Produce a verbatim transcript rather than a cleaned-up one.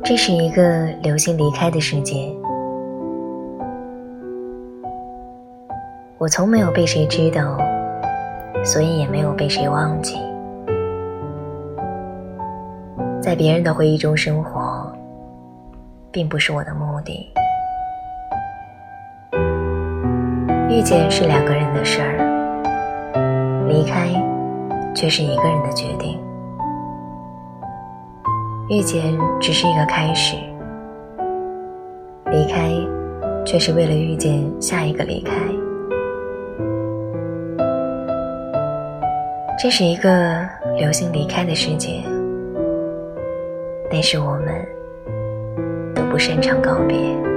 这是一个流星离开的世界，我从没有被谁知道，所以也没有被谁忘记。在别人的回忆中生活，并不是我的目的。遇见是两个人的事儿，离开却是一个人的决定。遇见只是一个开始，离开却是为了遇见下一个离开。这是一个流星离开的世界，但是我们都不擅长告别。